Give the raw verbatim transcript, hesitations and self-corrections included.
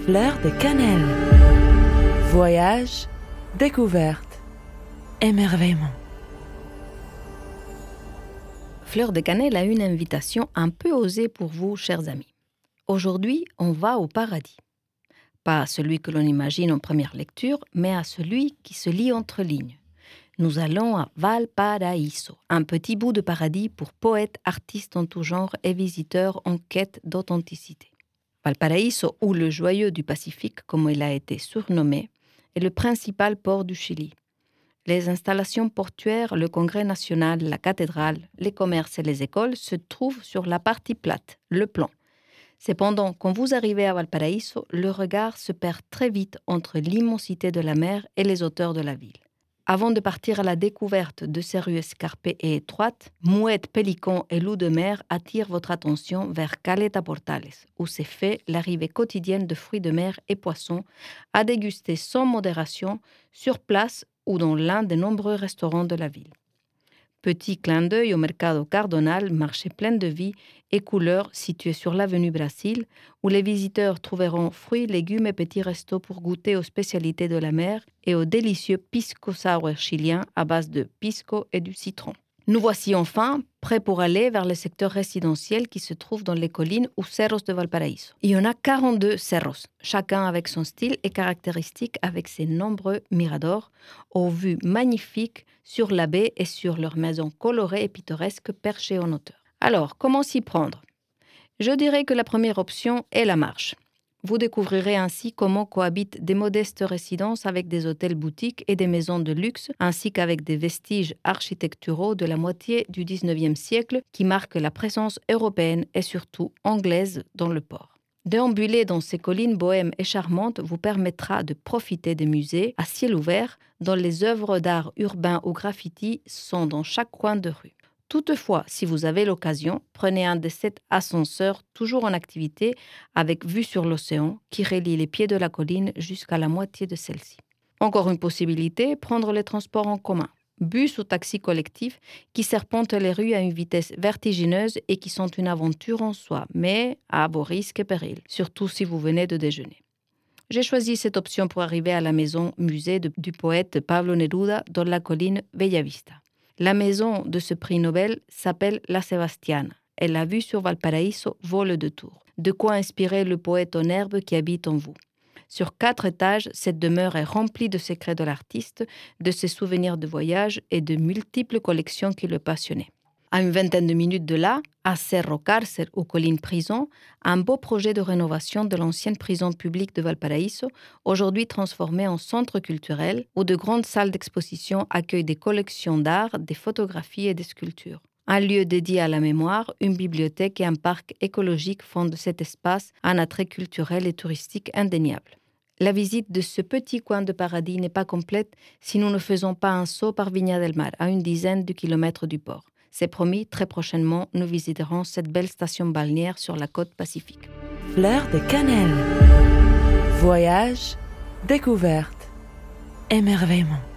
Fleur de cannelle. Voyage, découverte, émerveillement. Fleur de cannelle a une invitation un peu osée pour vous, chers amis. Aujourd'hui, on va au paradis. Pas à celui que l'on imagine en première lecture, mais à celui qui se lit entre lignes. Nous allons à Valparaíso, un petit bout de paradis pour poètes, artistes en tout genre et visiteurs en quête d'authenticité. Valparaíso, ou le joyeux du Pacifique, comme il a été surnommé, est le principal port du Chili. Les installations portuaires, le Congrès national, la cathédrale, les commerces et les écoles se trouvent sur la partie plate, le plan. Cependant, quand vous arrivez à Valparaíso, le regard se perd très vite entre l'immensité de la mer et les hauteurs de la ville. Avant de partir à la découverte de ces rues escarpées et étroites, mouettes, pélicans et loups de mer attirent votre attention vers Caleta Portales, où s'est fait l'arrivée quotidienne de fruits de mer et poissons à déguster sans modération sur place ou dans l'un des nombreux restaurants de la ville. Petit clin d'œil au Mercado Cardonal, marché plein de vie et couleurs situé sur l'avenue Brasil, où les visiteurs trouveront fruits, légumes et petits restos pour goûter aux spécialités de la mer et au délicieux pisco sour chilien à base de pisco et du citron. Nous voici enfin prêts pour aller vers le secteur résidentiel qui se trouve dans les collines ou cerros de Valparaíso. Il y en a quarante-deux cerros, chacun avec son style et caractéristique avec ses nombreux miradors, aux vues magnifiques sur la baie et sur leurs maisons colorées et pittoresques perchées en hauteur. Alors, comment s'y prendre ? Je dirais que la première option est la marche. Vous découvrirez ainsi comment cohabitent des modestes résidences avec des hôtels boutiques et des maisons de luxe, ainsi qu'avec des vestiges architecturaux de la moitié du dix-neuvième siècle qui marquent la présence européenne et surtout anglaise dans le port. Déambuler dans ces collines bohèmes et charmantes vous permettra de profiter des musées à ciel ouvert dont les œuvres d'art urbain ou graffiti sont dans chaque coin de rue. Toutefois, si vous avez l'occasion, prenez un de ces ascenseurs toujours en activité avec vue sur l'océan qui relie les pieds de la colline jusqu'à la moitié de celle-ci. Encore une possibilité, prendre les transports en commun, bus ou taxis collectifs qui serpentent les rues à une vitesse vertigineuse et qui sont une aventure en soi, mais à vos risques et périls, surtout si vous venez de déjeuner. J'ai choisi cette option pour arriver à la maison musée de, du poète Pablo Neruda dans la colline Bellavista. La maison de ce prix Nobel s'appelle La Sebastiana et la vue sur Valparaíso vaut le détour. De quoi inspirer le poète en herbe qui habite en vous. Sur quatre étages, cette demeure est remplie de secrets de l'artiste, de ses souvenirs de voyage et de multiples collections qui le passionnaient. À une vingtaine de minutes de là, à Cerro Cárcel ou Colline Prison, un beau projet de rénovation de l'ancienne prison publique de Valparaíso, aujourd'hui transformée en centre culturel, où de grandes salles d'exposition accueillent des collections d'art, des photographies et des sculptures. Un lieu dédié à la mémoire, une bibliothèque et un parc écologique font de cet espace un attrait culturel et touristique indéniable. La visite de ce petit coin de paradis n'est pas complète si nous ne faisons pas un saut par Viña del Mar, à une dizaine de kilomètres du port. C'est promis, très prochainement, nous visiterons cette belle station balnéaire sur la côte pacifique. Fleur de cannelle. Voyage, découverte, émerveillement.